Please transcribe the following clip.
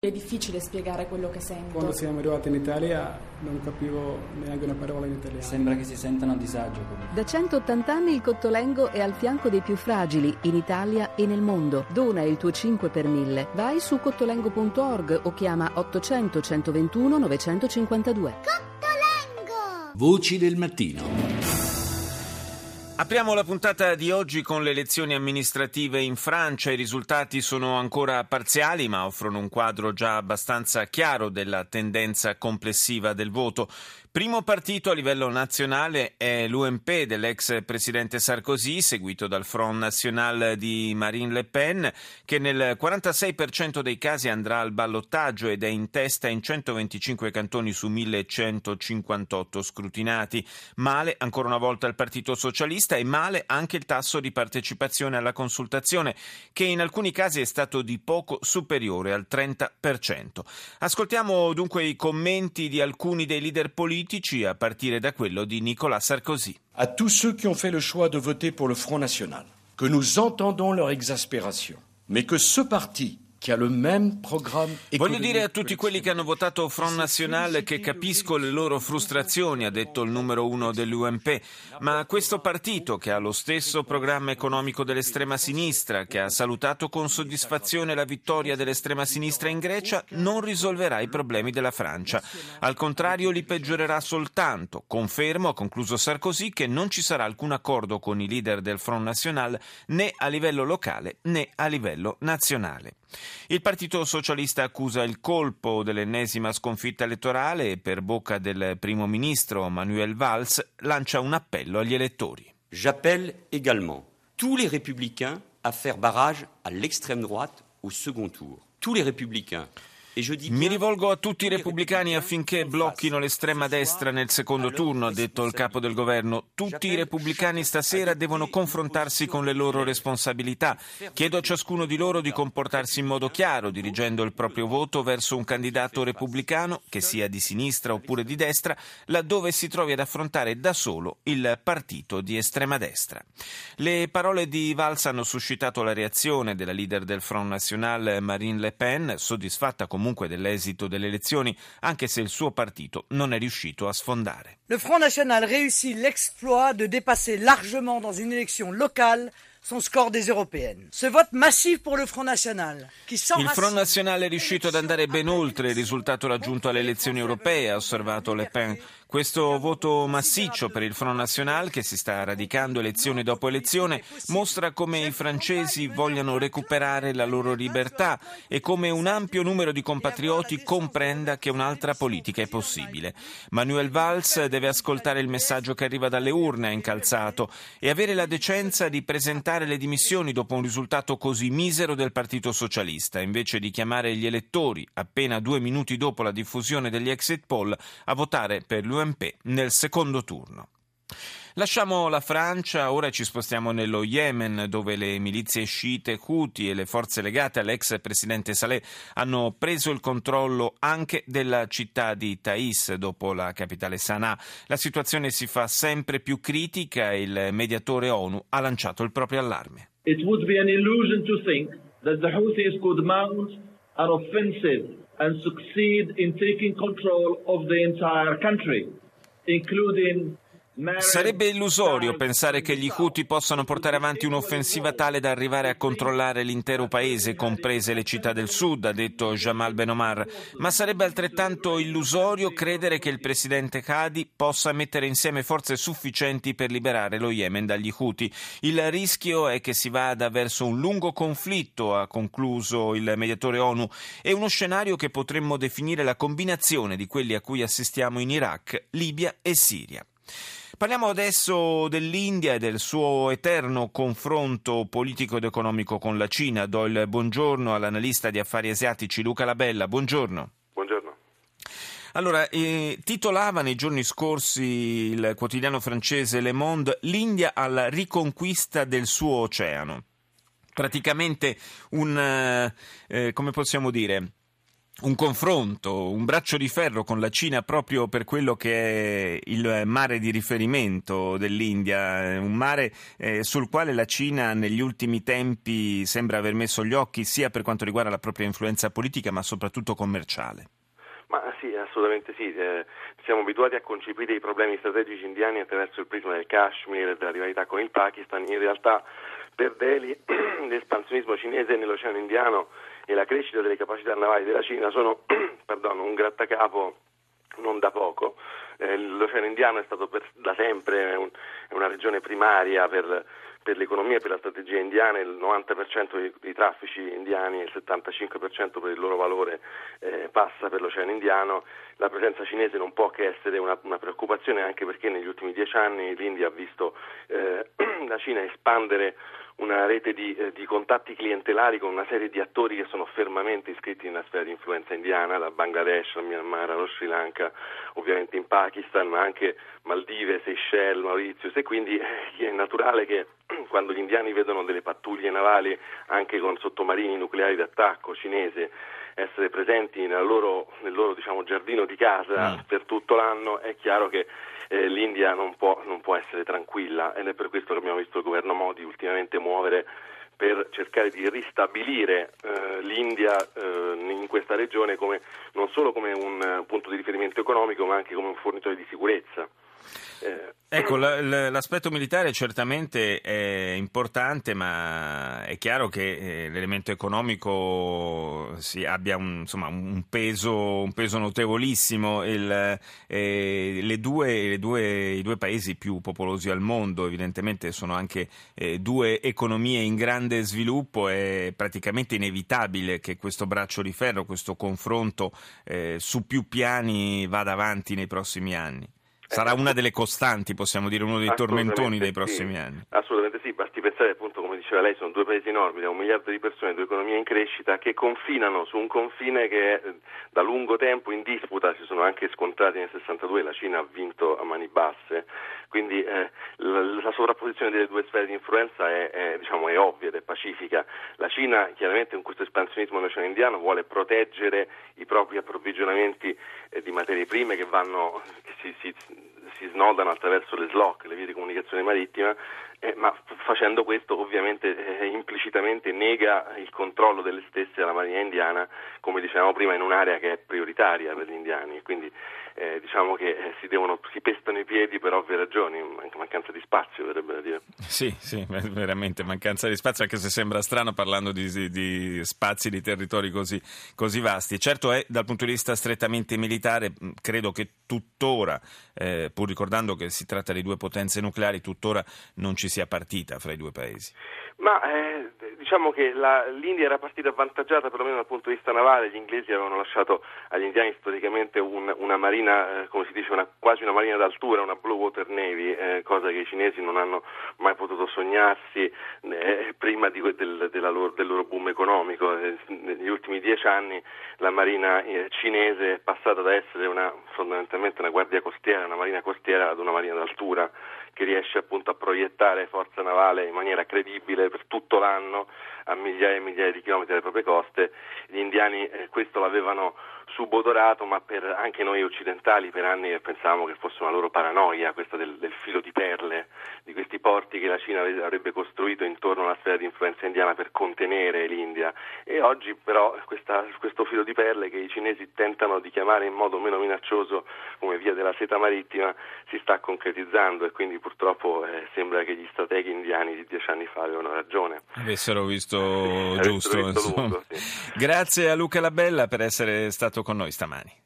È difficile spiegare quello che sento. Quando siamo arrivati in Italia non capivo neanche una parola in italiano. Sembra che si sentano a disagio. Da 180 anni il Cottolengo è al fianco dei più fragili in Italia e nel mondo. Dona il tuo 5 per 1000. Vai su cottolengo.org o chiama 800 121 952. Cottolengo! Voci del mattino. Apriamo la puntata di oggi con le elezioni amministrative in Francia. I risultati sono ancora parziali, ma offrono un quadro già abbastanza chiaro della tendenza complessiva del voto. Primo partito a livello nazionale è l'UMP dell'ex presidente Sarkozy, seguito dal Front National di Marine Le Pen, che nel 46% dei casi andrà al ballottaggio ed è in testa in 125 cantoni su 1158 scrutinati. Male ancora una volta il Partito Socialista e male anche il tasso di partecipazione alla consultazione, che in alcuni casi è stato di poco superiore al 30%. Ascoltiamo dunque i commenti di alcuni dei leader politici, a partire da quello di Nicolas Sarkozy. À tous ceux qui ont fait le choix de voter pour le Front National, que nous entendons leur exaspération, mais que ce parti che ha il même programme. Voglio dire a tutti quelli che hanno votato Front National che capisco le loro frustrazioni, ha detto il numero uno dell'UMP, ma questo partito, che ha lo stesso programma economico dell'estrema sinistra, che ha salutato con soddisfazione la vittoria dell'estrema sinistra in Grecia, non risolverà i problemi della Francia. Al contrario, li peggiorerà soltanto. Confermo, ha concluso Sarkozy, che non ci sarà alcun accordo con i leader del Front National né a livello locale né a livello nazionale. Il Partito Socialista accusa il colpo dell'ennesima sconfitta elettorale e per bocca del primo ministro Manuel Valls lancia un appello agli elettori. J'appelle également tous les républicains à faire barrage à l'extrême droite au second tour. Tous les républicains. Mi rivolgo a tutti i repubblicani affinché blocchino l'estrema destra nel secondo turno, ha detto il capo del governo. Tutti i repubblicani stasera devono confrontarsi con le loro responsabilità. Chiedo a ciascuno di loro di comportarsi in modo chiaro, dirigendo il proprio voto verso un candidato repubblicano, che sia di sinistra oppure di destra, laddove si trovi ad affrontare da solo il partito di estrema destra. Le parole di Valls hanno suscitato la reazione della leader del Front National Marine Le Pen, soddisfatta comunque dell'esito delle elezioni, anche se il suo partito non è riuscito a sfondare. Le Front National réussit l'exploit de dépasser largement dans une élection locale son score des européennes. Ce vote massif pour le Front National, il Front National è riuscito ad andare ben oltre il risultato raggiunto alle elezioni europee, ha osservato Le Pen. Questo voto massiccio per il Front National, che si sta radicando elezione dopo elezione, mostra come i francesi vogliano recuperare la loro libertà e come un ampio numero di compatrioti comprenda che un'altra politica è possibile. Manuel Valls deve ascoltare il messaggio che arriva dalle urne, ha incalzato, e avere la decenza di presentare le dimissioni dopo un risultato così misero del Partito Socialista, invece di chiamare gli elettori, appena 2 minuti dopo la diffusione degli exit poll, a votare per l'UMP nel secondo turno. Lasciamo la Francia, ora ci spostiamo nello Yemen, dove le milizie sciite Houthi e le forze legate all'ex presidente Saleh hanno preso il controllo anche della città di Taiz, dopo la capitale Sana'a. La situazione si fa sempre più critica e il mediatore ONU ha lanciato il proprio allarme. It would be an illusion to think that the Houthis could mount an offensive and succeed in taking control of the entire country, including. Sarebbe illusorio pensare che gli Houthi possano portare avanti un'offensiva tale da arrivare a controllare l'intero paese, comprese le città del sud, ha detto Jamal Ben Omar, ma sarebbe altrettanto illusorio credere che il presidente Hadi possa mettere insieme forze sufficienti per liberare lo Yemen dagli Houthi. Il rischio è che si vada verso un lungo conflitto, ha concluso il mediatore ONU, e uno scenario che potremmo definire la combinazione di quelli a cui assistiamo in Iraq, Libia e Siria. Parliamo adesso dell'India e del suo eterno confronto politico ed economico con la Cina. Do il buongiorno all'analista di affari asiatici Luca Labella. Buongiorno. Buongiorno. Allora, titolava nei giorni scorsi il quotidiano francese Le Monde l'India alla riconquista del suo oceano. Praticamente come possiamo dire, un confronto, un braccio di ferro con la Cina proprio per quello che è il mare di riferimento dell'India, un mare sul quale la Cina negli ultimi tempi sembra aver messo gli occhi sia per quanto riguarda la propria influenza politica ma soprattutto commerciale. Ma sì, assolutamente sì. Siamo abituati a concepire i problemi strategici indiani attraverso il prisma del Kashmir e della rivalità con il Pakistan. In realtà per Delhi l'espansionismo cinese nell'Oceano Indiano e la crescita delle capacità navali della Cina sono un grattacapo non da poco. L'Oceano Indiano è stato da sempre una regione primaria per l'economia e per la strategia indiana. Il 90% dei traffici indiani e il 75% per il loro valore passa per l'Oceano Indiano. La presenza cinese non può che essere una preoccupazione, anche perché negli ultimi 10 anni l'India ha visto la Cina espandere una rete di contatti clientelari con una serie di attori che sono fermamente iscritti nella sfera di influenza indiana, da Bangladesh, al Myanmar, allo Sri Lanka, ovviamente in Pakistan, ma anche Maldive, Seychelles, Mauritius, e quindi è naturale che quando gli indiani vedono delle pattuglie navali anche con sottomarini nucleari d'attacco cinese essere presenti nel loro giardino di casa per tutto l'anno, è chiaro che l'India non può essere tranquilla, ed è per questo che abbiamo visto il governo Modi ultimamente muovere per cercare di ristabilire l'India in questa regione non solo come un punto di riferimento economico, ma anche come un fornitore di sicurezza. Ecco, l'aspetto militare certamente è importante, ma è chiaro che l'elemento economico abbia un peso notevolissimo. I due paesi più popolosi al mondo evidentemente sono anche due economie in grande sviluppo. È praticamente inevitabile che questo braccio di ferro, questo confronto su più piani vada avanti nei prossimi anni. Sarà una delle costanti, possiamo dire, uno dei tormentoni dei prossimi anni. Assolutamente sì, basti pensare, appunto, come diceva lei, sono due paesi enormi, da 1 miliardo di persone, due economie in crescita che confinano su un confine che è da lungo tempo in disputa. Si sono anche scontrati nel 62, la Cina ha vinto a mani basse, quindi la sovrapposizione delle due sfere di influenza è ovvia ed è pacifica. La Cina chiaramente con questo espansionismo nell'Oceano Indiano vuole proteggere i propri approvvigionamenti di materie prime che si snodano attraverso le SLOC, le vie di comunicazione marittima, ma facendo questo ovviamente implicitamente nega il controllo delle stesse alla Marina indiana, come dicevamo prima, in un'area che è prioritaria per gli indiani. Quindi si pestano i piedi per ovvie ragioni, mancanza di spazio, verrebbe da dire. Sì, veramente mancanza di spazio, anche se sembra strano parlando di spazi, di territori così vasti. Certo è, dal punto di vista strettamente militare, credo che tuttora, pur ricordando che si tratta di due potenze nucleari, tuttora non ci sia partita fra i due paesi. Ma diciamo che l'India era partita avvantaggiata perlomeno dal punto di vista navale. Gli inglesi avevano lasciato agli indiani storicamente una marina, come si dice, quasi una marina d'altura, una Blue Water Navy, cosa che i cinesi non hanno mai potuto sognarsi prima del loro boom economico. Negli ultimi 10 anni la marina cinese è passata da essere fondamentalmente una guardia costiera, una marina costiera, ad una marina d'altura, che riesce appunto a proiettare forza navale in maniera credibile per tutto l'anno a migliaia e migliaia di chilometri dalle proprie coste. Gli indiani questo l'avevano subodorato, ma anche noi occidentali per anni pensavamo che fosse una loro paranoia, questa del filo di perle, di questi porti che la Cina avrebbe costruito intorno alla sfera di influenza indiana per contenere l'India. E oggi però questo filo di perle, che i cinesi tentano di chiamare in modo meno minaccioso come via della seta marittima, si sta concretizzando, e quindi purtroppo sembra che gli strateghi indiani di 10 anni fa avevano ragione. Avessero visto giusto. Lungo, sì. Grazie a Luca Labella per essere stato con noi stamani.